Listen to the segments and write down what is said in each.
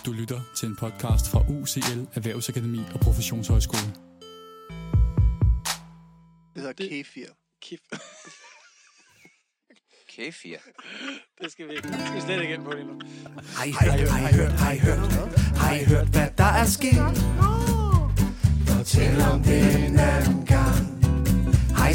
Du lytter til en podcast fra UCL Erhvervsakademi og Professionshøjskole. Det hedder kefir. Kefir. Det skal vi ikke. Vi skal slet ikke ind på det nu. Har I hørt, hvad der er sket? Fortæl om det en anden gang. Har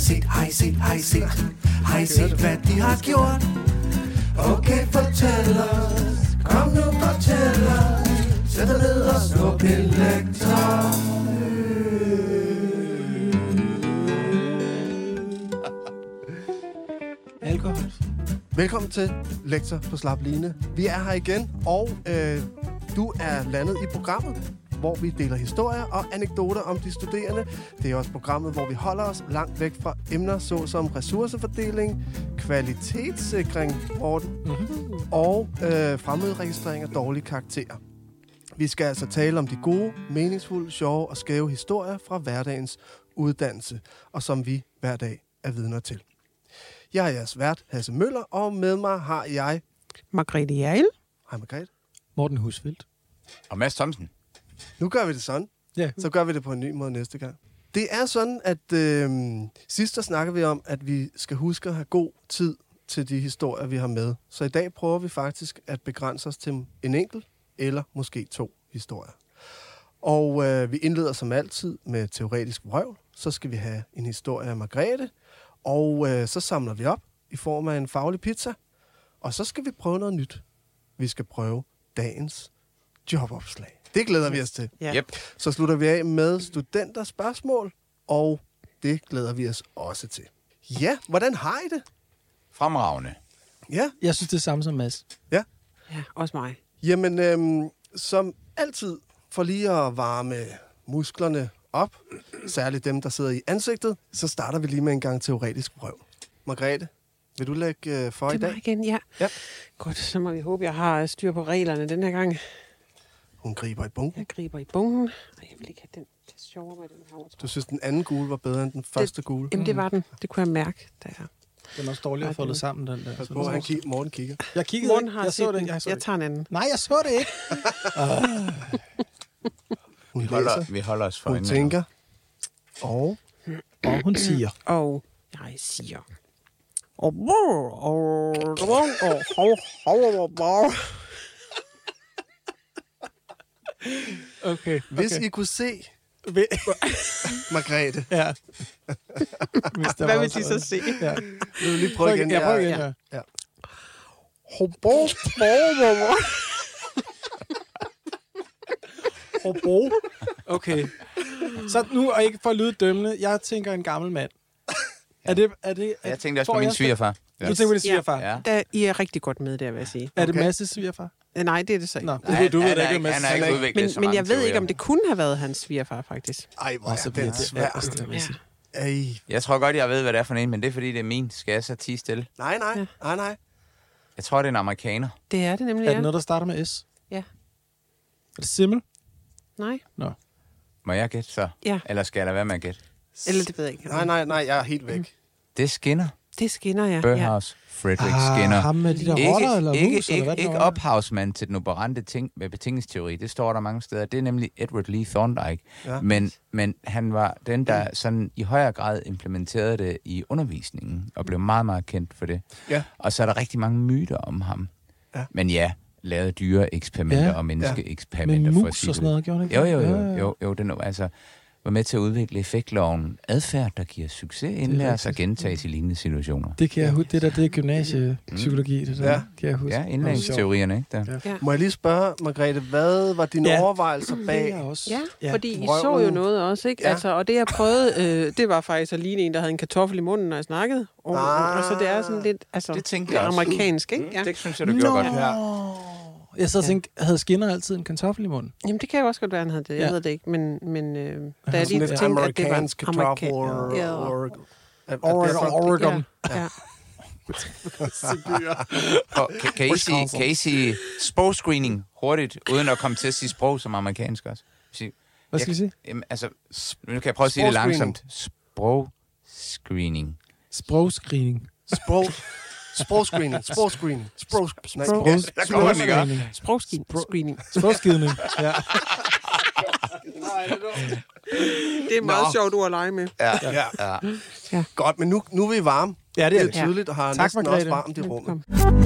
I set, hvad de har gjort? Okay, fortæl os. Kom nu, fortæl os. Sæt dig ned og snup en lektor. Alkohol. Velkommen til Lektor på Slap Line. Vi er her igen, og du er landet i programmet, hvor vi deler historier og anekdoter om de studerende. Det er også programmet, hvor vi holder os langt væk fra emner såsom ressourcefordeling, kvalitetssikring og fremmedregistrering af dårlige karakterer. Vi skal altså tale om de gode, meningsfulde, sjove og skæve historier fra hverdagens uddannelse, og som vi hver dag er vidner til. Jeg er jeres vært, Hasse Møller, og med mig har jeg... Margrethe Jærl. Hej Margrethe. Morten Husfeldt. Og Mads Thomsen. Nu gør vi det sådan. Ja. Så gør vi det på en ny måde næste gang. Det er sådan, at sidst der snakker vi om, at vi skal huske at have god tid til de historier, vi har med. Så i dag prøver vi faktisk at begrænse os til en enkelt eller måske 2 historier. Og vi indleder som altid med teoretisk vrøvl. Så skal vi have en historie af Margrethe. Og så samler vi op i form af en faglig pizza. Og så skal vi prøve noget nyt. Vi skal prøve dagens jobopslag. Det glæder vi os til. Ja. Yep. Så slutter vi af med studenterspørgsmål, og det glæder vi os også til. Ja, hvordan har I det? Fremragende. Ja, Jeg synes, det er samme som Mads. Ja, også mig. jamen som altid, for lige at varme musklerne op, særligt dem, der sidder i ansigtet, så starter vi lige med en gang teoretisk prøv. Margrethe, vil du lægge for i Det var dag? igen, ja. Ja. Godt, så må vi håbe, jeg har styr på reglerne den her gang. Hun griber i bunken. Jeg griber i bunken. Og jeg vil ikke have den. Det er sjovere med den her. Tror Du jeg. synes, den anden gule var bedre end den første gule? Jamen, det var den. Det kunne jeg mærke, da jeg... Den er også dårligt Ej, at folde det- sammen, den der. Pas på, Morten kigger. Jeg kiggede Morten ikke. har Jeg så set det. den. Jeg så Jeg det. tager en anden. Nej, jeg så det ikke. Hun læser, Vi holder os for hun en tænker, og Og hun siger. Og jeg siger... Okay. hvis I kunne se Margrethe, Ja. Hvad vil de så se? Ja. vil du lige prøve igen? Jeg prøver igen, ja. Ja. Okay. Så nu, og ikke for at lyde dømmende, jeg tænker en gammel mand. Er det Jeg tænkte også får på min jeg- svigerfar. Du tænker på din svigerfar? Ja. I er rigtig godt med der, vil jeg sige. Er det Okay. Masses svigerfar? Nej, det er det så ikke. Nå, Nej, du ved han da er ikke, hvad han Mads er ikke udviklet så Men mange jeg ved ikke, teorier. om det kunne have været hans svigerfar, faktisk. Ej, hvor er Så bliver den det svær. svært. Ja. Ej. Jeg tror godt, jeg ved, hvad det er for en, men det er, fordi det er min. Skal jeg så tie stille? Nej. Jeg tror, det er en amerikaner. Det er det nemlig, Er ja. det noget, der starter med S? Ja. Er det Simmel? Nej. Nå. Må jeg gætte så? Ja. Eller skal jeg lade være med at gætte? Eller det ved jeg ikke. Nej, jeg er helt væk. Det er Skinner. Det skinner, ja. Burhouse. Frederick Skinner. Ham med de der rotter eller mus, eller hvad det ikke nu er? ophavsmand til den operante ting med betingelsesteori. Det står der mange steder. Det er nemlig Edward Lee Thorndike. Ja. Men han var den, der sådan i højere grad implementerede det i undervisningen, og blev meget, meget kendt for det. Ja. Og så er der rigtig mange myter om ham. Ja. Men ja, lavede dyre-eksperimenter Ja. og menneskeeksperimenter. Med for at mus sige og sådan noget, gjorde han ikke? Jo, den altså var med til at udvikle effektloven adfærd, der giver succes, indlæres og gentages i lignende situationer. Det kan jeg huske. Det er gymnasiepsykologi. Det der. Ja. Kan jeg huske. Ja, indlæringsteorierne, ikke der? Ja. Må jeg lige spørge, Margrethe, hvad var dine Ja. overvejelser Det er bag? jeg også. Ja, fordi I Røven. så jo noget også, ikke? Ja. Altså, og det jeg prøvede, det var faktisk at ligne en, der havde en kartoffel i munden, når jeg snakkede. Og så det er sådan lidt, altså, Det tænkte lidt jeg også. amerikansk, ikke? Ja. Det synes jeg, du gjorde godt her. Jeg sad og tænkte, havde Skinner altid en kartoffel i munden? Jamen, det kan jo også godt være, han havde det. Jeg Ja. ved det ikke, men da jeg Sådan lige lidt tænkte, at det var amerikansk kartoffel Ja. Oregon. Ja. Og kan I sige sprogscreening hurtigt, uden at komme til at sige sprog som amerikansk også? Hvad skal vi sige? Jamen, altså, nu kan jeg prøve at sige det Sprogscreening. langsomt. Sprogscreening. Sprogscreening. Sprog. Sprogscreening. Sprogskidning, ja. Det er meget sjovt ord at lege med. Ja. Godt, men nu er vi varme. Ja, det er det. Tydeligt, og har Tak, næsten Margrethe. også varmt i rummet.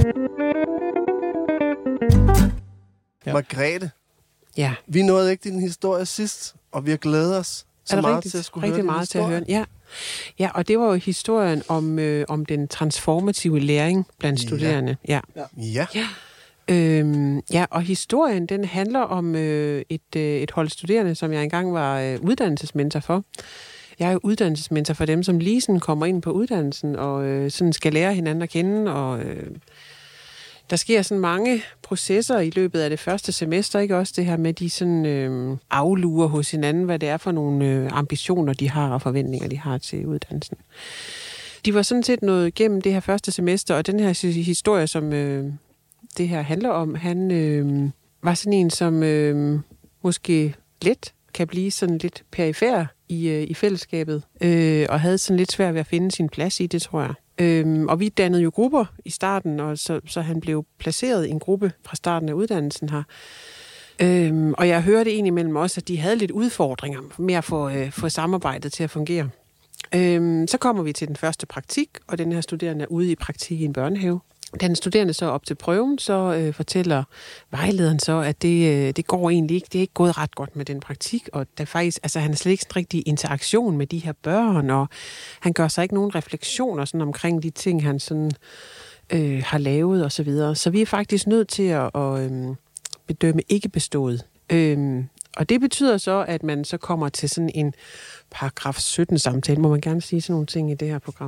Ja. Margrethe, Ja. vi nåede ikke din historie sidst, og vi har glædet os så meget til at skulle høre rigtig din meget til at historie. høre. Ja, og det var jo historien om den transformative læring blandt studerende. Ja. Ja. Og historien, den handler om et hold studerende, som jeg engang var uddannelsesmentor for. Jeg er jo uddannelsesmentor for dem, som lige sådan kommer ind på uddannelsen og sådan skal lære hinanden at kende. Og der sker sådan mange processer i løbet af det første semester, ikke også det her med, de sådan aflurer hos hinanden, hvad det er for nogle ambitioner, de har og forventninger, de har til uddannelsen. De var sådan set nået igennem det her første semester, og den her historie, som det her handler om, han var sådan en, som måske let kan blive sådan lidt perifær i fællesskabet, og havde sådan lidt svært ved at finde sin plads i det, tror jeg. Og vi dannede jo grupper i starten, og så han blev placeret i en gruppe fra starten af uddannelsen her. Og jeg hørte egentlig mellem os, at de havde lidt udfordringer med at få samarbejdet til at fungere. Så kommer vi til den første praktik, og den her studerende er ude i praktik i en børnehave. Da den studerende så op til prøven, så fortæller vejlederen så, at det går egentlig ikke. Det er ikke gået ret godt med den praktik, og der faktisk, altså, han har slet ikke en rigtig interaktion med de her børn, og han gør sig ikke nogen refleksioner sådan omkring de ting, han sådan, har lavet og så videre. Så vi er faktisk nødt til at bedømme ikke bestået. Og det betyder så, at man så kommer til sådan en paragraf 17-samtale. Må man gerne sige sådan nogle ting i det her program?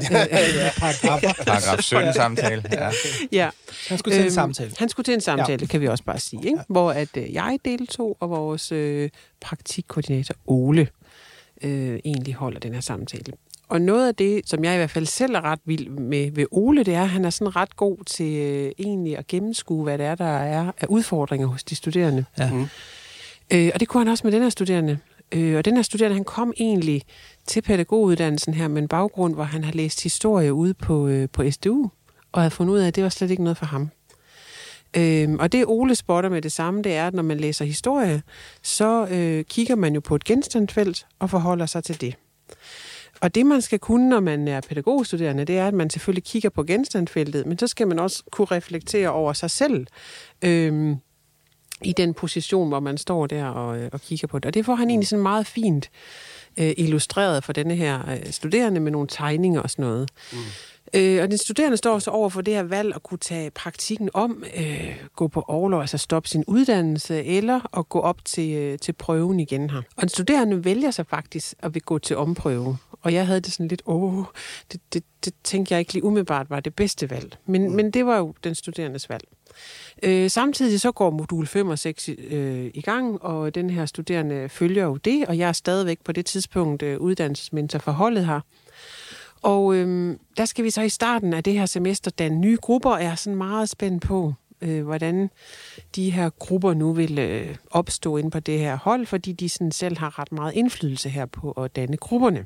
Paragraf 17-samtale, ja. Ja. Han skulle til en samtale. Han skulle til en samtale, kan vi også bare sige. Ikke? Hvor at jeg deltog, og vores praktikkoordinator Ole egentlig holder den her samtale. Og noget af det, som jeg i hvert fald selv er ret vild med ved Ole, det er, at han er sådan ret god til egentlig at gennemskue, hvad det er, der er af udfordringer hos de studerende. Ja. Og det kunne han også med den her studerende. Og den her studerende, han kom egentlig til pædagoguddannelsen her med en baggrund, hvor han har læst historie ude på SDU, og havde fundet ud af, at det var slet ikke noget for ham. Og det Ole spotter med det samme, det er, at når man læser historie, så kigger man jo på et genstandsfelt og forholder sig til det. Og det, man skal kunne, når man er pædagogstuderende, det er, at man selvfølgelig kigger på genstandsfeltet, men så skal man også kunne reflektere over sig selv i den position, hvor man står der og kigger på det. Og det får han egentlig sådan meget fint illustreret for denne her studerende med nogle tegninger og sådan noget. Og den studerende står så over for det her valg at kunne tage praktikken om, gå på orlov, altså stoppe sin uddannelse, eller at gå op til prøven igen her. Og den studerende vælger sig faktisk at vil gå til omprøve. Og jeg havde det sådan lidt, det tænkte jeg ikke lige umiddelbart var det bedste valg. Men det var jo den studerendes valg. Samtidig så går modul 5 og 6 i gang, og den her studerende følger jo det, og jeg er stadigvæk på det tidspunkt uddannelsesmentor for holdet her. Og der skal vi så i starten af det her semester danne nye grupper, og jeg er sådan meget spændt på, hvordan de her grupper nu vil opstå inde på det her hold, fordi de sådan selv har ret meget indflydelse her på at danne grupperne.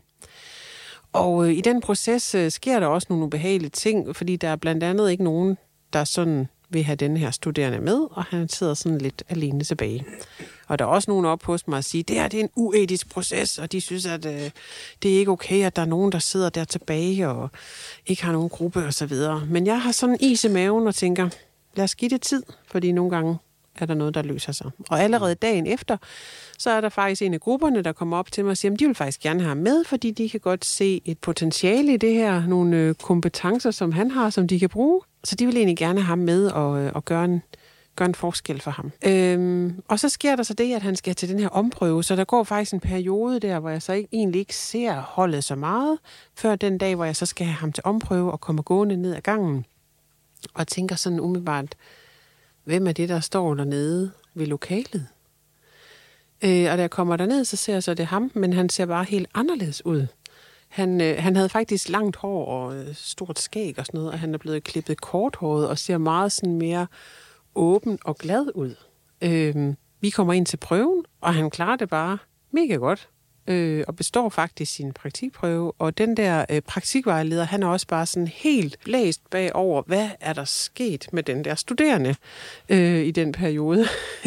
Og i den proces sker der også nogle ubehagelige ting, fordi der er blandt andet ikke nogen, der sådan vil have den her studerende med, og han sidder sådan lidt alene tilbage. Og der er også nogen op hos mig og siger, det er en uetisk proces, og de synes, at det er ikke okay, at der er nogen, der sidder der tilbage og ikke har nogen gruppe og så videre. Men jeg har sådan is i maven og tænker, lad os give det tid, fordi nogle gange er der noget, der løser sig. Og allerede dagen efter, så er der faktisk en af grupperne, der kommer op til mig og siger, at de vil faktisk gerne have ham med, fordi de kan godt se et potentiale i det her, nogle kompetencer, som han har, som de kan bruge. Så de vil egentlig gerne have ham med og gøre en forskel for ham. Og så sker der så det, at han skal til den her omprøve, så der går faktisk en periode der, hvor jeg så egentlig ikke ser holdet så meget, før den dag, hvor jeg så skal have ham til omprøve og kommer gående ned ad gangen. Og tænker sådan umiddelbart, hvem er det, der står dernede ved lokalet? Og da jeg kommer derned, så ser jeg så, det er ham, men han ser bare helt anderledes ud. Han havde faktisk langt hår og stort skæg og sådan noget, og han er blevet klippet korthåret og ser meget sådan mere åben og glad ud. Vi kommer ind til prøven, og han klarer det bare mega godt. og består faktisk sin praktikprøve. Og den der praktikvejleder, han er også bare sådan helt blæst bagover, hvad er der sket med den der studerende i den periode.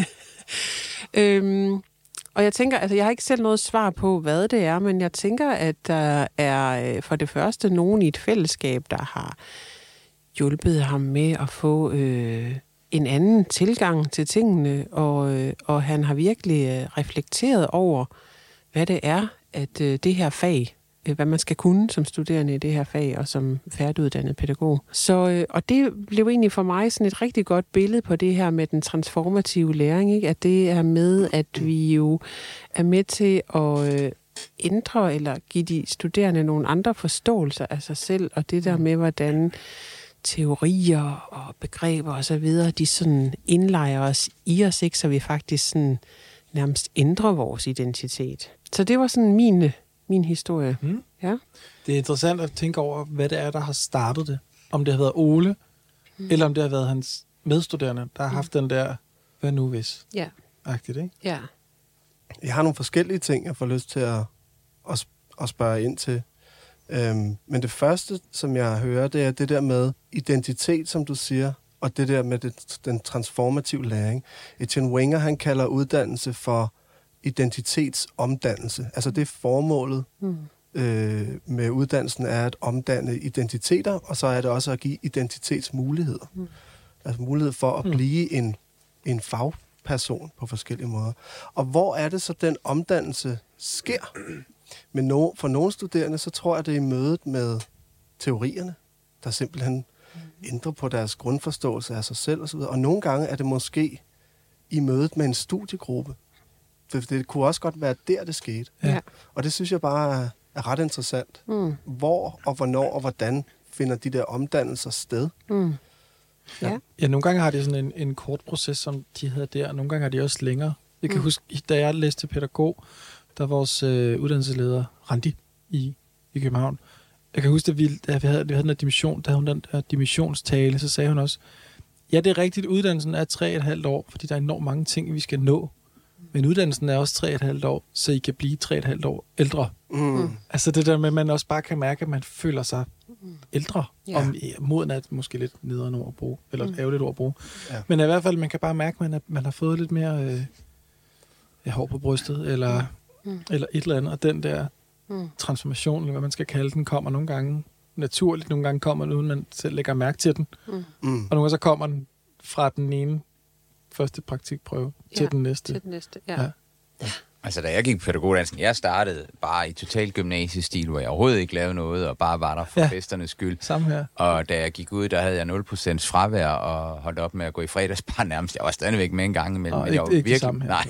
Og jeg tænker, altså jeg har ikke selv noget svar på, hvad det er, men jeg tænker, at der er for det første nogen i et fællesskab, der har hjulpet ham med at få en anden tilgang til tingene, og han har virkelig reflekteret over, hvad det er, at det her fag, hvad man skal kunne som studerende i det her fag, og som færdiguddannet pædagog. Så, og det blev egentlig for mig sådan et rigtig godt billede på det her med den transformative læring, ikke? At det er med, at vi jo er med til at ændre eller give de studerende nogle andre forståelser af sig selv, og det der med, hvordan teorier og begreber og så videre, de sådan indlejer os i os, ikke? Så vi faktisk sådan nærmest ændrer vores identitet. Så det var sådan min historie. Ja. Det er interessant at tænke over, hvad det er, der har startet det. Om det har været Ole, eller om det har været hans medstuderende, der har haft den der, hvad nu hvis? Ja. Agtigt, ikke? Ja. Jeg har nogle forskellige ting, jeg får lyst til at spørge ind til. Men det første, som jeg hører, det er det der med identitet, som du siger, og det der med den transformative læring. Etienne Wenger, han kalder uddannelse for identitetsomdannelse. Altså det er formålet med uddannelsen er at omdanne identiteter, og så er det også at give identitetsmuligheder. Altså mulighed for at blive en fagperson på forskellige måder. Og hvor er det så, den omdannelse sker? Men for nogle studerende, så tror jeg, det er i mødet med teorierne, der simpelthen ændrer på deres grundforståelse af sig selv osv. Og nogle gange er det måske i mødet med en studiegruppe. Det kunne også godt være der, det skete. Ja. Og det synes jeg bare er ret interessant. Hvor og hvornår og hvordan finder de der omdannelser sted? Ja, nogle gange har de sådan en kort proces, som de hedder der, og nogle gange har de også længere. Jeg kan huske, da jeg læste pædagog, der vores uddannelsesleder, Randi, i København. Jeg kan huske, da vi havde den der dimission, da hun den der dimissionstale, så sagde hun også, ja, det er rigtigt, uddannelsen er 3,5 år, fordi der er enormt mange ting, vi skal nå. Men uddannelsen er også 3,5 år, så I kan blive 3,5 år ældre. Altså det der med, at man også bare kan mærke, at man føler sig ældre. Ja. Om moden er måske lidt nederen ord at bruge, eller ærgerligt ord at bruge. Ja. Men i hvert fald, man kan bare mærke, at man har fået lidt mere hår på brystet, eller et eller andet. Og den der transformation, eller hvad man skal kalde den, kommer nogle gange naturligt. Nogle gange kommer den, uden man selv lægger mærke til den. Og nogle gange så kommer den fra den ene første praktikprøve til den næste. Til den næste, ja. Altså, da jeg gik på pædagoguddannelsen, jeg startede bare i total gymnasiestil, hvor jeg overhovedet ikke lavede noget, og bare var der for festernes skyld. Samme her. Og da jeg gik ud, der havde jeg 0% fravær, og holdt op med at gå i fredagsbar nærmest. Jeg var stadigvæk med en gang imellem. Men jeg var ikke virkelig, nej.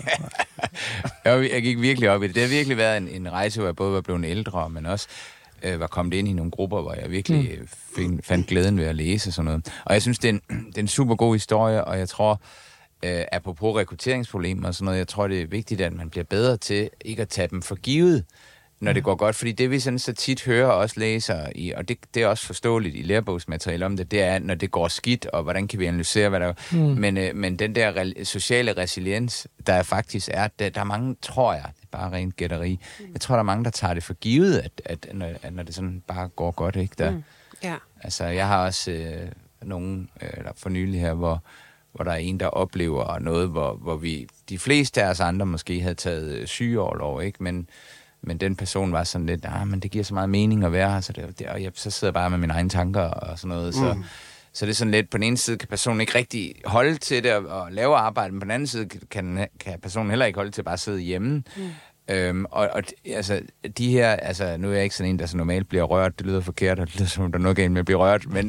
jeg gik virkelig op i det. Det har virkelig været en rejse, hvor jeg både var blevet ældre, men også var kommet ind i nogle grupper, hvor jeg virkelig fandt glæden ved at læse og sådan noget. Og jeg synes, det er en super god historie, og jeg tror, apropos rekrutteringsproblemer og sådan noget, jeg tror, det er vigtigt, at man bliver bedre til ikke at tage dem for givet, når det går godt. Fordi det, vi sådan så tit hører og også læser i, og det er også forståeligt i lærebogsmateriale om det, det er, når det går skidt, og hvordan kan vi analysere, hvad der er. Men den der sociale resiliens, der faktisk er, der er mange, tror jeg, det er bare rent gætteri, jeg tror, der er mange, der tager det for givet, at når det sådan bare går godt, ikke? Der, altså, jeg har også nogen, eller for nylig her, hvor der er en, der oplever noget, hvor vi, de fleste af os andre måske havde taget sygeorlov, ikke? Men den person var sådan lidt, men det giver så meget mening at være her, og så sidder jeg bare med mine egne tanker og sådan noget, så det er sådan lidt, på den ene side kan personen ikke rigtig holde til det og lave arbejde, men på den anden side kan personen heller ikke holde til at bare sidde hjemme. Og altså, de her, altså, nu er jeg ikke sådan en, der så normalt bliver rørt, det lyder forkert, og det lyder som, der er noget galt med at blive rørt, men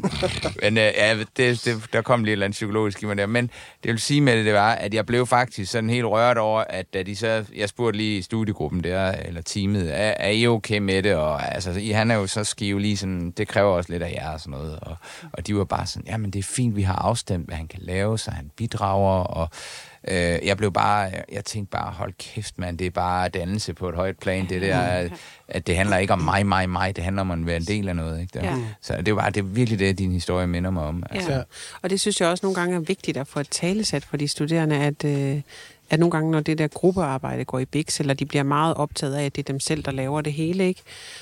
der kom lige et eller andet psykologisk i mig der, men det vil sige med det var, at jeg blev faktisk sådan helt rørt over, at da de så, jeg spurgte lige i studiegruppen der, eller teamet, er I okay med det, og altså, han er jo så skive lige sådan, det kræver også lidt af jer og sådan noget, og de var bare sådan, jamen det er fint, vi har afstemt, hvad han kan lave, så han bidrager, og jeg tænkte bare, hold kæft, mand, det er bare dannelse på et højt plan, det der, at det handler ikke om mig, det handler om at være en del af noget, ikke? Der. Så det er virkelig det, din historie minder mig om. Altså. Ja. Og det synes jeg også nogle gange er vigtigt at få et talesæt for de studerende, at nogle gange, når det der gruppearbejde går i biks, eller de bliver meget optaget af, at det er dem selv, der laver det hele, ikke?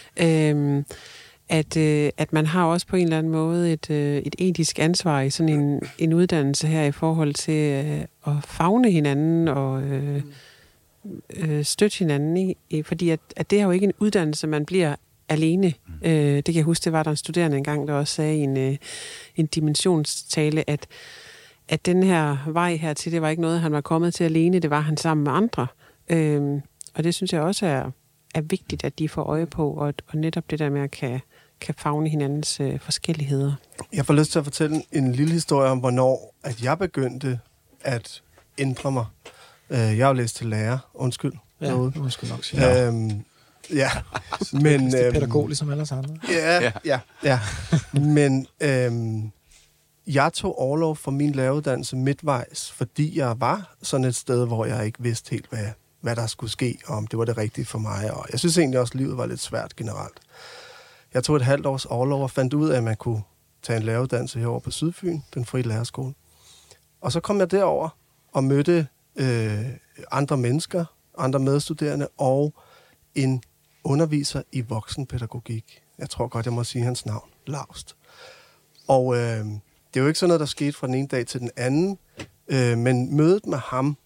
At man har også på en eller anden måde et etisk ansvar i sådan en uddannelse her i forhold til at favne hinanden og støtte hinanden i, fordi at det er jo ikke en uddannelse, man bliver alene. Det kan jeg huske, det var der en studerende engang, der også sagde i en dimensionstale, at den her vej hertil, det var ikke noget, han var kommet til alene, det var han sammen med andre. Og det synes jeg også er vigtigt, at de får øje på, og netop det der med at kan favne hinandens forskelligheder. Jeg får lyst til at fortælle en lille historie om, hvornår at jeg begyndte at ændre mig. Jeg har jo læst til lærer. Undskyld. Ja, det må jeg nok sige. Ja, men... Det er pædagog ligesom alle andre. Ja. Men jeg tog orlov fra min læreruddannelse midtvejs, fordi jeg var sådan et sted, hvor jeg ikke vidste helt, hvad der skulle ske, og om det var det rigtige for mig. Og jeg synes egentlig også, at livet var lidt svært generelt. Jeg tog et halvt års orlov og fandt ud af, at man kunne tage en læreruddannelse herovre på Sydfyn, den frie lærerskole. Og så kom jeg derover og mødte andre mennesker, andre medstuderende og en underviser i voksenpædagogik. Jeg tror godt, jeg må sige hans navn. Laust. Og det er jo ikke sådan noget, der skete fra den ene dag til den anden, men mødet med ham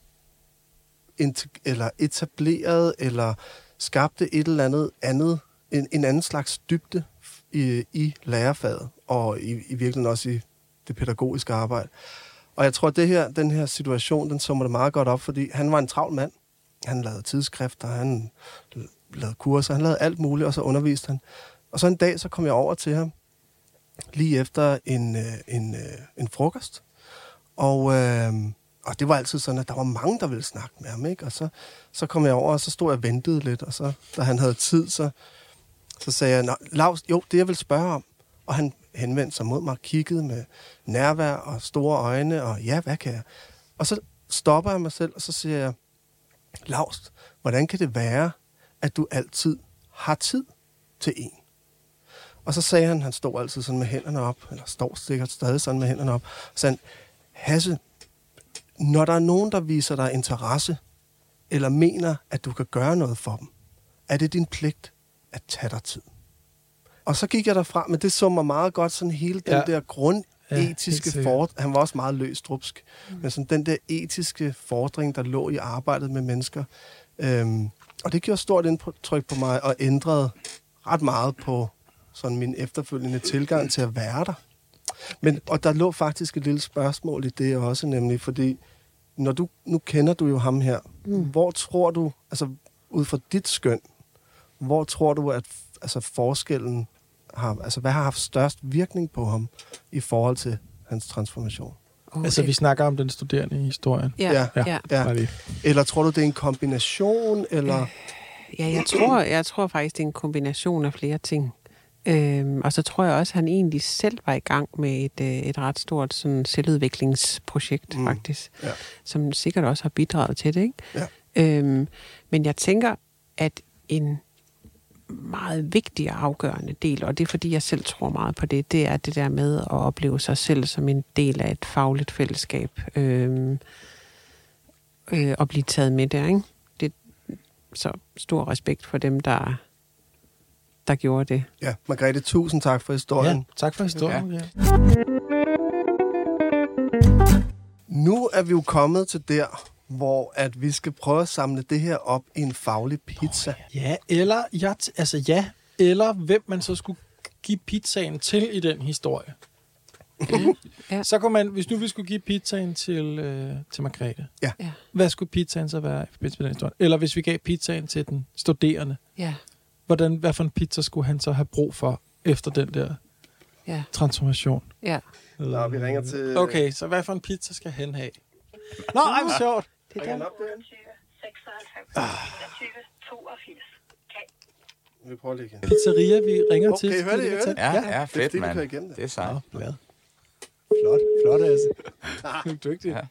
eller etableret eller skabte et eller andet, en anden slags dybde i lærerfaget, og i virkeligheden også i det pædagogiske arbejde. Og jeg tror, at den her situation, den summer det meget godt op, fordi han var en travl mand. Han lavede tidsskrifter, han lavede kurser, han lavede alt muligt, og så underviste han. Og så en dag, så kom jeg over til ham, lige efter en frokost. Og det var altid sådan, at der var mange, der ville snakke med ham, ikke? Og så kom jeg over, og så stod jeg og ventede lidt, og så, da han havde tid, så sagde jeg, Laust, jo, det jeg vil spørge om. Og han henvendte sig mod mig, kiggede med nærvær og store øjne, og ja, hvad kan jeg? Og så stopper jeg mig selv, og så siger jeg, Laust, hvordan kan det være, at du altid har tid til en? Og så sagde han stod altid sådan med hænderne op, eller står sikkert stadig sådan med hænderne op, og sagde, Hasse, når der er nogen, der viser dig interesse, eller mener, at du kan gøre noget for dem, er det din pligt at tage dig tid. Og så gik jeg derfra, men det summer meget godt sådan hele den der grundetiske fordring. Han var også meget løstrupsk, men sådan den der etiske fordring, der lå i arbejdet med mennesker. Og det gjorde stort indtryk på mig, og ændrede ret meget på sådan min efterfølgende tilgang til at være der. Og der lå faktisk et lille spørgsmål i det også, nemlig fordi, nu kender du jo ham her. Hvor tror du, altså ud fra dit skøn, hvor tror du, at forskellen har, altså hvad har haft størst virkning på ham i forhold til hans transformation? Okay. Altså, vi snakker om den studerende i historien. Ja. Eller tror du, det er en kombination, eller? Ja, jeg tror faktisk, det er en kombination af flere ting. Og så tror jeg også, at han egentlig selv var i gang med et ret stort sådan, selvudviklingsprojekt, faktisk, som sikkert også har bidraget til det, ikke? Ja. Men jeg tænker, at en meget vigtig og afgørende del, og det er fordi, jeg selv tror meget på det, det er det der med at opleve sig selv som en del af et fagligt fællesskab, og blive taget med der, ikke? Det er så stor respekt for dem, der gjorde det. Ja, Margrethe, tusind tak for historien. Ja, tak for historien. Ja. Nu er vi jo kommet til der, hvor at vi skal prøve at samle det her op i en faglig pizza. Ja, eller hvem man så skulle give pizzaen til i den historie. Ja. Så kunne man, hvis nu vi skulle give pizzaen til Margrethe, hvad skulle pizzaen så være i forbindelse med den historie? Eller hvis vi gav pizzaen til den studerende, hvad for en pizza skulle han så have brug for efter den der transformation? Ja. Nå, vi ringer til... Okay, så hvad for en pizza skal han have? Nå, ej, hvor sjovt. Det er den. 96, 82. Vi prøver lige igen. Pizzeria, vi ringer til. Okay, hør det. Ja, fedt, mand. Det er sejt. Glad. Flot, altså. Du er dygtig. Ja.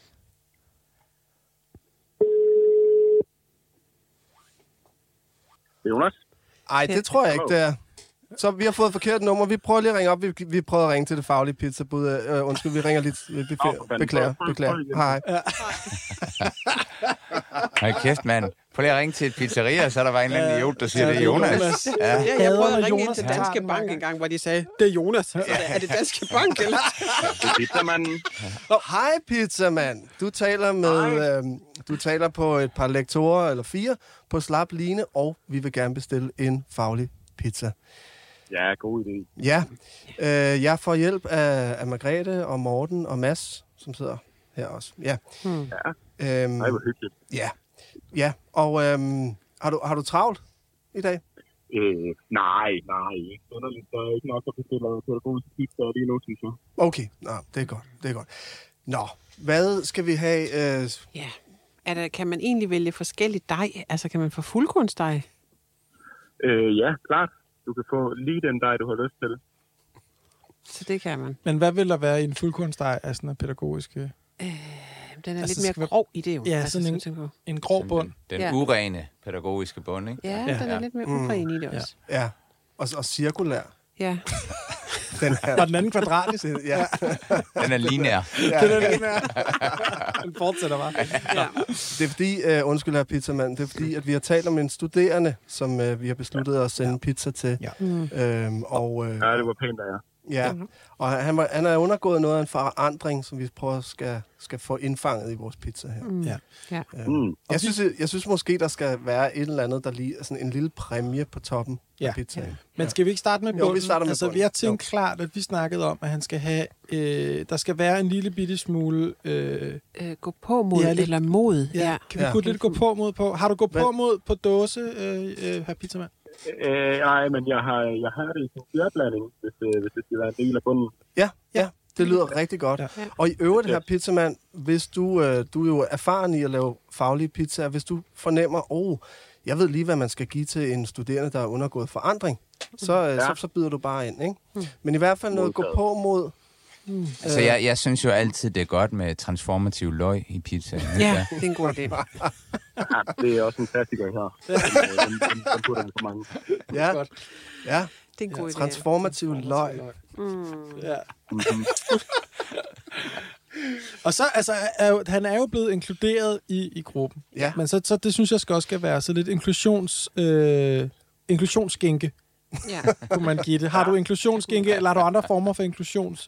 Jonas? Ej, det tror jeg ikke, det er. Så vi har fået forkert nummer. Vi prøver lige at ringe op. Vi prøver at ringe til det faglige pizzabud. Undskyld, vi ringer lidt. Beklager. Hej. Ja. Hold kæft, mand. Prøv lige at ringe til et pizzeria, så er der bare en eller anden idiot, der siger, det er Jonas. Ja, jeg prøvede at ringe ind Jonas til tager Danske den Bank mange en gang, hvor de sagde, det er Jonas. Er det Danske Bank, eller? Det er pizzamanden. Hej, pizzamand. Du taler på et par lektorer, eller 4, på slap line, og vi vil gerne bestille en faglig pizza. Ja, god idé. Ja, jeg får hjælp af Margrethe og Morten og Mads, som sidder her også. Ja. Ja, nej, hvor hyggeligt. Ja. Og har du travlt i dag? Nej. Underligt, der er ikke nok, der bestiller pædagogisk pizza lige nu, synes jeg. Okay, det er godt. Nå, hvad skal vi have? Ja. Kan man egentlig vælge forskellige dej? Altså, kan man få fuldkornsdej? Ja, klart. Du kan få lige den dej, du har lyst til. Så det kan man. Men hvad vil der være i en fuldkornsdej af sådan en pædagogiske? Den er Altså, lidt mere grov i det jo. Ja, altså, sådan en grov bund. Den urene pædagogiske bund, ikke? Ja, den er lidt mere uren i det også. Ja, og cirkulær. Ja. Den her. Og den anden kvadratisk. Ja. Den er linær. Den fortsætter bare. Ja. Det er fordi, undskyld her pizzamand, det er fordi, at vi har talt om en studerende, som vi har besluttet at sende pizza til. Ja. Ja, det var pænt af jer. Ja, og han er undergået noget af en forandring, som vi prøver skal få indfanget i vores pizza her. Ja. Jeg synes måske, der skal være et eller andet, der lige er sådan en lille præmie på toppen af pizzaen. Men skal vi ikke starte med bunden? Jo, vi starter med bunden. Vi har tænkt klart, at vi snakkede om, at han skal have, der skal være en lille bitte smule... Gå på mod, eller mod. Ja. Kan vi putte lidt gå på mod på? Har du gå på mod på dåse, her pizzamand? Nej, men jeg har det i sin fjerdblanding, hvis det skal være en del af bunden. Ja, det lyder rigtig godt. Ja. Og i øvrigt her, pizzamand, hvis du er jo erfaren i at lave faglige pizzaer, hvis du fornemmer, jeg ved lige, hvad man skal give til en studerende, der er undergået forandring, så byder du bare ind, ikke? Men i hvert fald noget gå på mod... Altså, jeg synes jo altid, det er godt med transformativ løg i pizzaen. Ja, det er en god idé. Ja, det er også en klassiker her. Den putter vi for mange. Ja, Godt. Ja. Det er en god idé. Transformativ løg. Ja. Og så, altså, han er jo blevet inkluderet i gruppen. Ja. Men så det synes jeg også skal være så lidt inklusionsskænke. Ja. Kunne man give det. Har du inklusionsskænke, eller har du andre former for inklusions...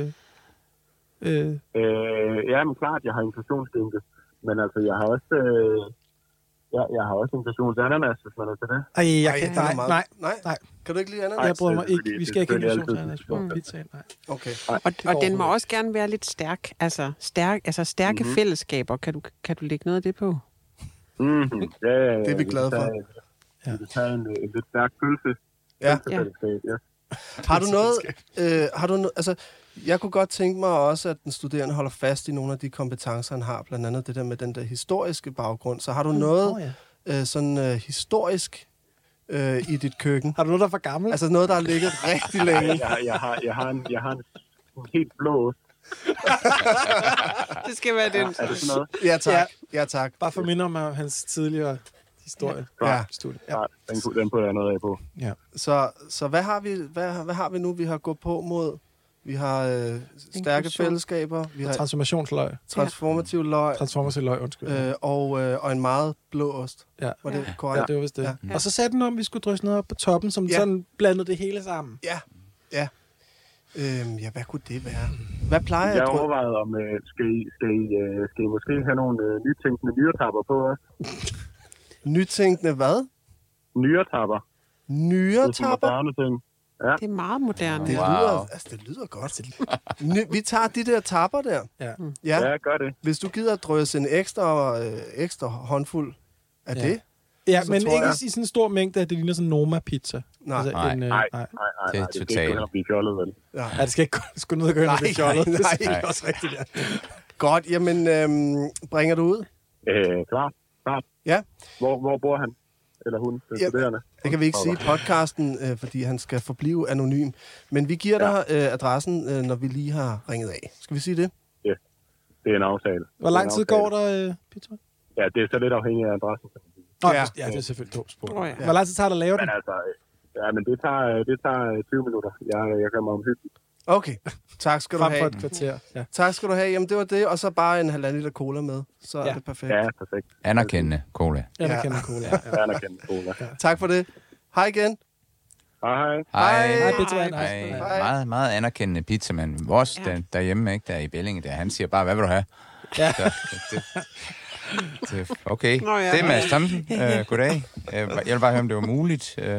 Ja, men klart, jeg har inklusionsskænke. Men altså, jeg har også... Jeg har også inklusionsananas, hvis man er til det. Jeg kan... Nej. Kan du ikke lide ananas? Jeg bryder mig ikke. Vi skal ikke selvfølgelig inklusionsananas på pizzaen. Nej. Okay. Og den må også gerne være lidt stærk. Altså stærke fællesskaber. Kan du lægge noget af det på? Mm-hmm. Ja. Det er vi glade for. Vi kan tage en lidt stærk pølse. Ja. Ja. Har du noget... Altså, jeg kunne godt tænke mig også, at den studerende holder fast i nogle af de kompetencer, han har. Blandt andet det der med den der historiske baggrund. Så har du noget historisk i dit køkken? Har du noget, der er for gammel? Altså noget, der har ligget rigtig længe? Jeg har en helt blå. Det skal være den. Er det sådan noget? Ja, tak. Bare for minder om hans tidligere historie. Ja. Ja. Den putter jeg noget af på. Ja. Så hvad har vi nu? Vi har gået på mod... Vi har stærke fællesskaber. Vi har Transformationsløg. transformativ løg. Transformativ løg, undskyld. Og en meget blå ost. Ja. Var det korrekt? Ja, det var vist det. Ja. Og så sagde den om, at vi skulle drysse noget op på toppen, som sådan blandede det hele sammen. Ja. Hvad kunne det være? Hvad plejer jeg overvejede om, skal I måske have nogle nytænkende nyretapper på os? Nytænkende hvad? Nyretapper. Nyretapper? Ja. Det er meget moderne. Det lyder godt. Vi tager de der tapper der. Ja, gør det. Hvis du gider at drøse en ekstra håndfuld af det. Ja, men ikke i sådan en stor mængde, at det ligner sådan en Noma-pizza. Nej. Altså Nej. Det er totalt. Det skal blive fjollet, vel? Ja. Ja, det skal ikke gå ned og gøre noget fjollet. Nej. Det er også rigtigt, ja. Godt, jamen, bringer du ud? Klart. Ja. Hvor bor han? Eller hun, den studerende? Det kan vi ikke sige i podcasten, fordi han skal forblive anonym. Men vi giver dig adressen, når vi lige har ringet af. Skal vi sige det? Ja, det er en aftale. Hvor lang tid går der, Peter? Ja, det er så lidt afhængigt af adressen. Ja, det er selvfølgelig dumt spor. Hvor lang tid tager det at lave den? Men altså, men det tager 20 minutter. Jeg kan mig omhyggeligt. Okay, tak skal du Frem for have. et kvarter. Ja. Tak skal du have. Jamen, det var det. Og så bare en 1,5 liter cola med. Så er det perfekt. Ja, perfekt. Anerkendende cola. Anerkendende cola. Ja. Anerkendt cola. Tak for det. Hej igen. Hej. Hej, pizzamand. Hej. Hej. Meget, meget anerkendende pizzamand. Vores derhjemme, ikke, der i Bellinge, der, han siger bare, hvad vil du have? Ja. Okay, Nå, ja. det er Mads Thomsen. Goddag. Jeg vil bare høre, om det var muligt. Ja.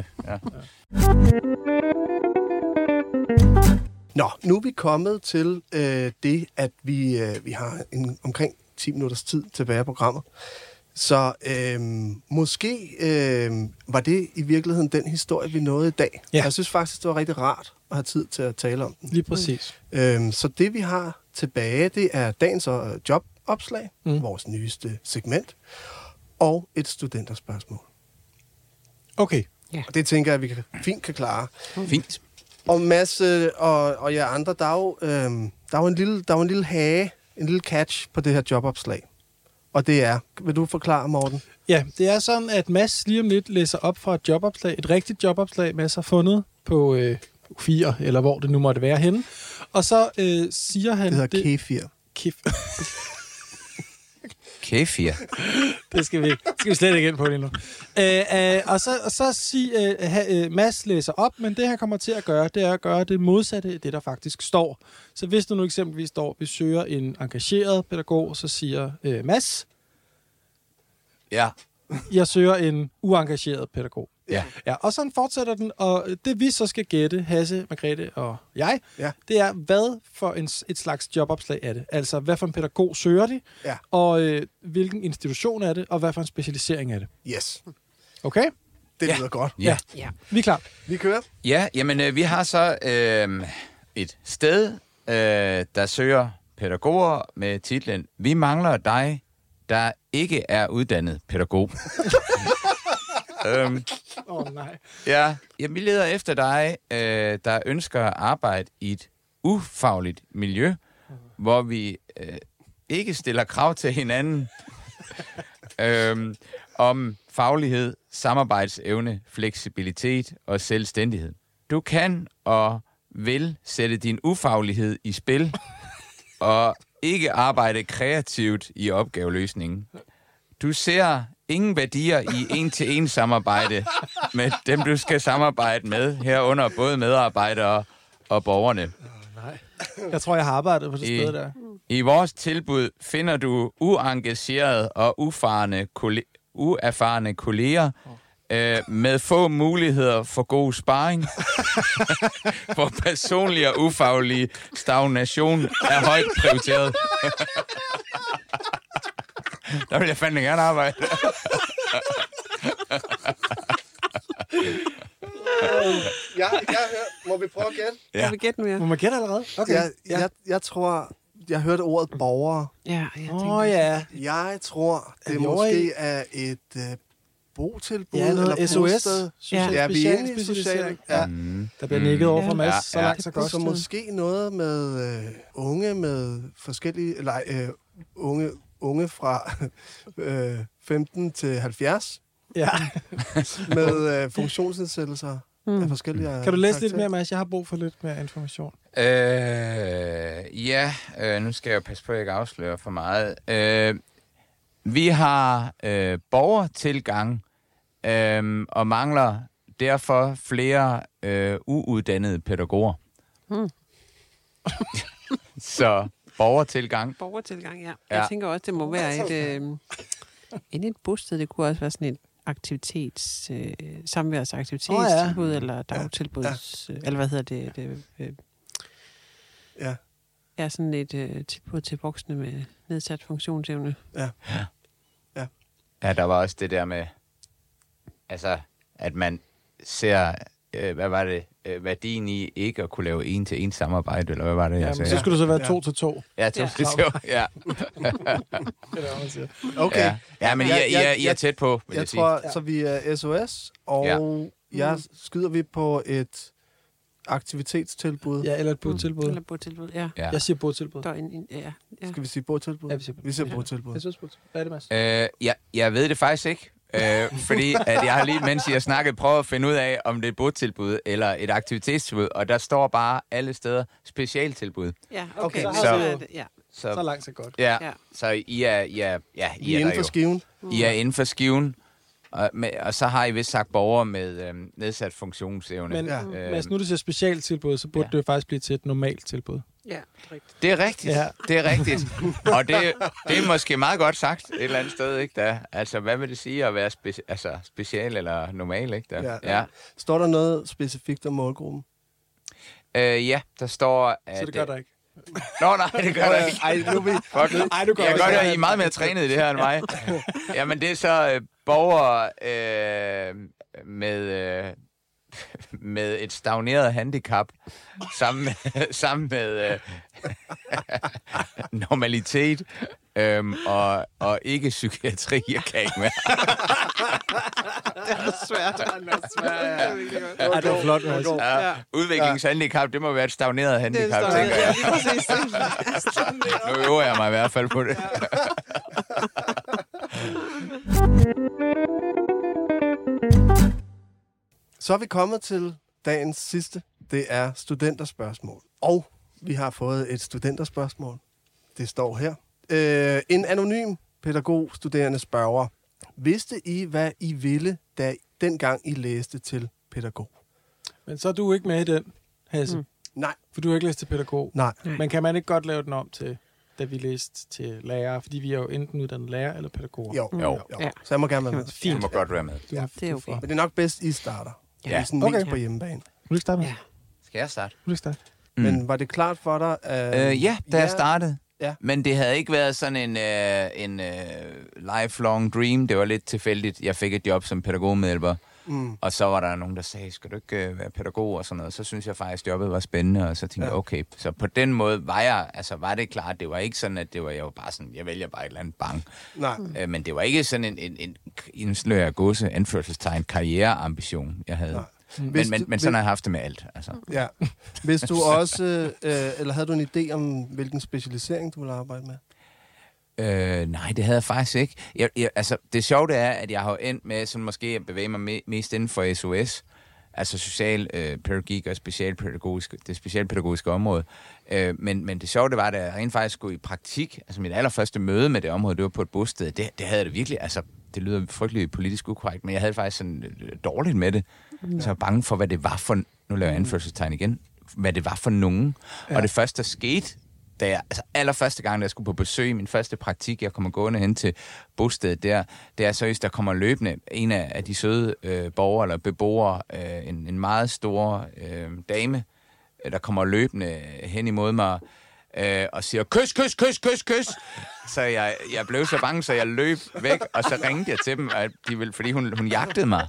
Nå, nu er vi kommet til det, at vi har omkring 10 minutters tid tilbage af programmet. Så måske var det i virkeligheden den historie, vi nåede i dag. Ja. Jeg synes faktisk, det var rigtig rart at have tid til at tale om den. Lige præcis. Så det, vi har tilbage, det er dagens jobopslag, vores nyeste segment, og et studenterspørgsmål. Okay. Og det tænker jeg, at vi fint kan klare. Fint. Og Mads og jer andre, der er jo en lille hage, en lille catch på det her jobopslag. Og det er, vil du forklare, Morten? Ja, det er sådan, at Mads lige om lidt læser op fra et jobopslag, et rigtigt jobopslag, Mads har fundet på 4, eller hvor det nu måtte være henne. Og så siger han... Det hedder kefir. Kefir. Det skal vi slet ikke ind på lige nu. Og så Mads læser op, men det han kommer til at gøre, det er at gøre det modsatte af det, der faktisk står. Så hvis du nu eksempelvis står, vi søger en engageret pædagog, så siger Mads, Ja. jeg søger en uengageret pædagog. Ja. Ja, og sådan fortsætter den, og det vi så skal gætte, Hasse, Margrethe og jeg, Ja. det er, hvad for et slags jobopslag er det? Altså, hvad for en pædagog søger de, Ja. og hvilken institution er det, og hvad for en specialisering er det? Yes. Okay? Det Ja. lyder godt. Ja. Ja. Vi er klar. Vi kører. Ja, jamen vi har så et sted, der søger pædagoger med titlen Vi mangler dig, der ikke er uddannet pædagog. Nej. Ja, jamen, vi leder efter dig, der ønsker at arbejde i et ufagligt miljø, hvor vi ikke stiller krav til hinanden om faglighed, samarbejdsevne, fleksibilitet og selvstændighed. Du kan og vil sætte din ufaglighed i spil og ikke arbejde kreativt i opgaveløsningen. Du ser ingen værdier i en-til-en samarbejde med dem, du skal samarbejde med, herunder både medarbejdere og borgerne. Nej. Jeg tror, jeg har arbejdet på det sted der. I vores tilbud finder du uengagerede og uerfarne kolleger med få muligheder for god sparring, hvor personlig og ufaglig stagnation er højt prioriteret. Der vil jeg fandme gerne arbejde. Jeg hører, må vi prøve at gætte? Ja. Må vi gætte nu, ja? Må man gætte allerede? Okay. Jeg tror, jeg hørte ordet borgere. Ja, jeg tænker. Ja. Jeg tror, det vi over i- måske er et botilbud Ja, noget eller SOS. bosted. Ja. Ja, vi er inde i social. Ja. Der bliver nikket over for Mads, Ja, så ja. langt så godt. Så måske noget med unge med forskellige, eller unge fra 15 til 70 Ja. med funktionsnedsættelser af forskellige Kan du læse lidt karakterer. mere, Mads? Jeg har brug for lidt mere information. Nu skal jeg passe på, at jeg ikke afslører for meget. Vi har borgertilgang og mangler derfor flere uuddannede pædagoger. Så borgertilgang. Borgertilgang, ja. Ja. Jeg tænker også, det må være et bosted. Det kunne også være sådan et samværsaktivitetstilbud, eller dagtilbuds, eller hvad hedder det? Ja. Ja, sådan et tilbud til voksne med nedsat funktionsevne. Ja, der var også det der med, altså, at man ser, værdien i ikke at kunne lave en-til-en samarbejde, eller hvad var det, Ja, jeg men sagde? så skulle det så være 2 til 2. Ja, ja. Okay. Ja, men I er tæt på, vil jeg sige. tror, så vi er SOS, og skyder vi på et aktivitetstilbud. Ja, eller et botilbud. Eller botilbud, ja. Ja. Jeg siger botilbud. Der er ja. Skal vi sige botilbud? Ja, vi siger Vi siger botilbud. Jeg synes botilbud. Hvad er det, Mads? Jeg ved det faktisk ikke. Fordi at jeg har lige, mens jeg snakkede, prøvet at finde ud af, om det er et botilbud eller et aktivitetstilbud, og der står bare alle steder specialtilbud. Ja, okay. Så langt så godt. Ja, så I er inden for skiven. I er inden for skiven. Og så har I vist sagt borgere med nedsat funktionsevne. Men Mads, nu du siger specialtilbud, så burde det jo faktisk blive til et normalt tilbud. Ja, det er rigtigt. Ja. Det er rigtigt. Og det er måske meget godt sagt et eller andet sted, ikke der? Altså, hvad vil det sige at være special eller normal, ikke der? Ja. Står der noget specifikt om målgruppen? Ja, der står... At, så det gør der ikke? Nå, nej, det gør der ikke. Du gør jeg gør det, I er meget mere trænet i det her end mig. Jamen, det er så borgere med et stagneret handicap sammen med normalitet og ikke psykiatri, jeg kan ikke mere. Det er svært. Det er flot. Ja, udviklingshandicap, det må være et stagneret handicap, tænker jeg. Nu øver jeg mig i hvert fald på det. Så er vi kommet til dagens sidste. Det er studenterspørgsmål. Og vi har fået et studenterspørgsmål. Det står her. En anonym pædagogstuderende spørger. Vidste I, hvad I ville, dengang I læste til pædagog? Men så er du ikke med i den, Hasse. Nej. For du har ikke læst til pædagog. Nej. Men kan man ikke godt lave den om til, da vi læste til lærer? Fordi vi er jo enten uddannet lærer eller pædagoger. Jo. Ja. Så jeg må gerne være med. Fint. Jeg må godt være med. Ja, det er okay. Men det er nok bedst, I starter. Ja. I sådan mest på hjemmebane. Vil du starte med? Ja. Skal jeg starte? Vil du starte? Men var det klart for dig? Ja, da jeg startede. Ja. Men det havde ikke været sådan en lifelong dream. Det var lidt tilfældigt. Jeg fik et job som pædagogmedhjælper. Og så var der nogen, der sagde, skal du ikke være pædagog og sådan noget. Så synes jeg faktisk, jobbet var spændende, og så tænkte jeg, okay. Så på den måde var det klart, det var ikke sådan, at jeg var bare sådan, jeg vælger bare et eller andet bang. Nej. Men det var ikke sådan en slør af godse, anførselstegn, karriereambition, jeg havde. Men sådan har jeg haft det med alt. Altså. Ja. Hvis du også, eller havde du en idé om, hvilken specialisering du ville arbejde med? Nej, det havde jeg faktisk ikke. Altså, det sjove er, at jeg har endt med sådan måske at bevæge mig mest inden for SOS, altså social pædagogik og det specialpædagogiske område. Men det sjove var, at jeg rent faktisk skulle i praktik. Altså mit allerførste møde med det område, det var på et bosted. Det havde det virkelig, altså det lyder frygtelig politisk ukorrekt, men jeg havde faktisk sådan dårligt med det. Så jeg var bange for, hvad det var for, nu laver jeg anførselstegn igen, hvad det var for nogen. Ja. Og det første, der skete, allerførste gang, da jeg skulle på besøg, min første praktik, jeg kommer gående hen til bostedet der, det er seriøst, der kommer løbende en af de søde borgere eller beboere, en meget stor dame, der kommer løbende hen imod mig og siger, kys, kys, kys, kys, kys. Så jeg blev så bange, så jeg løb væk, og så ringede jeg til dem, at fordi hun jagtede mig.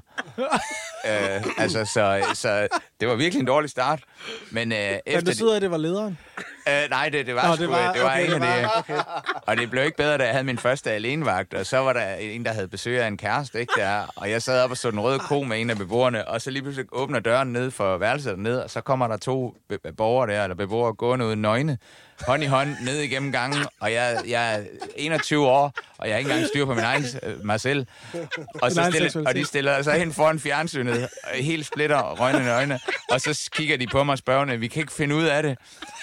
Så det var virkelig en dårlig start. Men det betyder, at det var lederen? Nej, det var en af det. Okay. Og det blev ikke bedre, da jeg havde min første alenevagt, og så var der en, der havde besøg af en kæreste, ikke der, og jeg sad op og så den røde ko med en af beboerne, og så lige pludselig åbner døren ned for værelset ned, og så kommer der 2 borgere der, eller beboere gående ud nøgne, hånd i hånd, ned igennem gangen, og jeg er 21 år, og jeg har ikke engang styr på mig selv. Og de stiller sig hen foran fjernsynet, helt splitter, røgnende øjne, og så kigger de på mig spørgende, vi kan ikke finde ud af det.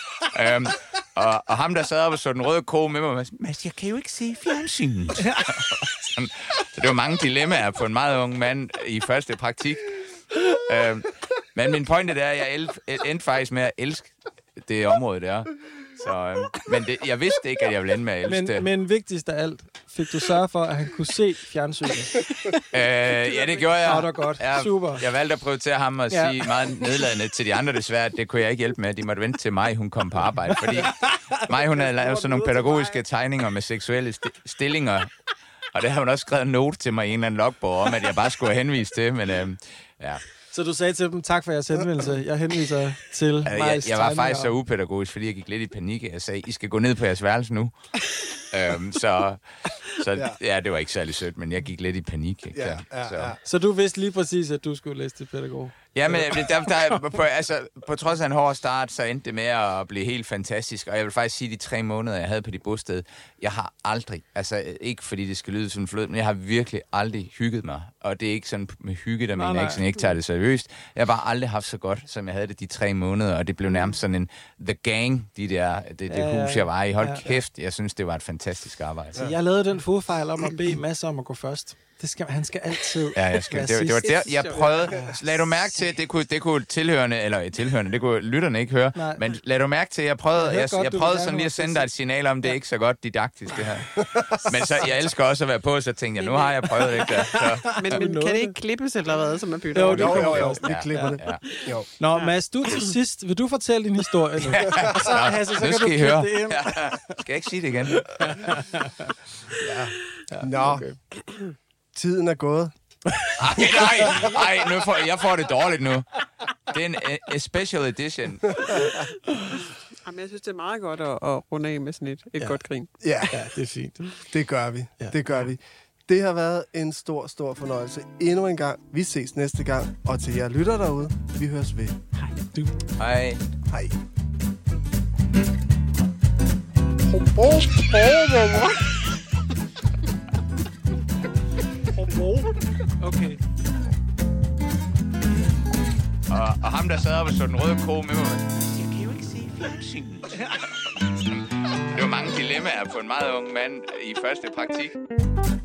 Og ham, der sad op og så den røde ko med mig, Mads, jeg kan jo ikke se fjernsynet. Så det var mange dilemmaer på en meget ung mand i første praktik. Men min pointe er, at jeg endte faktisk med at elske det område der. Så, men jeg vidste ikke, at jeg ville ende med at elske det. Men vigtigst af alt, fik du sørge for, at han kunne se fjernsynet? Ja, det gjorde jeg. Det var godt. Super. Jeg valgte at prioritere ham og sige meget nedladende til de andre desværre, at det kunne jeg ikke hjælpe med. De måtte vente til mig, hun kom på arbejde. Fordi mig, hun havde lavet sådan nogle pædagogiske tegninger med seksuelle stillinger. Og det har hun også skrevet en note til mig i en eller anden logbog om, at jeg bare skulle henvise til. Men ja. Så du sagde til dem, tak for jeres henvendelse. Jeg henviser til mig. Jeg var faktisk så upædagogisk, fordi jeg gik lidt i panik. Jeg sagde, I skal gå ned på jeres værelse nu. Så det var ikke særlig sødt, men jeg gik lidt i panik. Ikke? Så du vidste lige præcis, at du skulle læse til pædagog? Ja, men på trods af en hård start, så endte det med at blive helt fantastisk. Og jeg vil faktisk sige, de 3 måneder, jeg havde på det bosted, jeg har aldrig, altså ikke fordi det skal lyde sådan flød, men jeg har virkelig aldrig hygget mig. Og det er ikke sådan med hygge, der mener jeg ikke, sådan jeg ikke tager det seriøst. Jeg har bare aldrig haft så godt, som jeg havde det de 3 måneder, og det blev nærmest sådan en The Gang, det hus, jeg var i. Hold kæft, jeg synes, det var et fantastisk arbejde. Så jeg lavede den fodfejl om at bede Mads om at gå først. Han skal altid. Ja, det var der, jeg prøvede. Lad du mærke til, at det kunne tilhørende, det kunne lytterne ikke høre. Nej. Men lad du mærke til, at jeg prøvede sådan lige at sende dig et signal om, det er ikke så godt didaktisk, det her. Men så, jeg elsker også at være på, så tænkte jeg, nu har jeg prøvet det ikke der. Så. Men kan det ikke klippes eller hvad, som er byttet? Jo, vi klipper det. Ja. Nå, Mads, du til sidst, vil du fortælle din historie nu? Og så, Hasse, så nu kan du klippe det ind. Skal jeg ikke sige det igen? Nå, okay. Tiden er gået. Nej, jeg får det dårligt nu. Det er en special edition. Jamen, jeg synes, det er meget godt at runde af med sådan et godt grin. Ja, det er fint. Det gør vi. Ja. Det gør vi. Det har været en stor, stor fornøjelse endnu en gang. Vi ses næste gang. Og til jer lytter derude, vi høres ved. Hej. Hej. Okay. Og ham, der sad op og så den røde ko med mig, jeg kan jo ikke se fjernsynet. Det var mange dilemmaer på en meget ung mand i første praktik.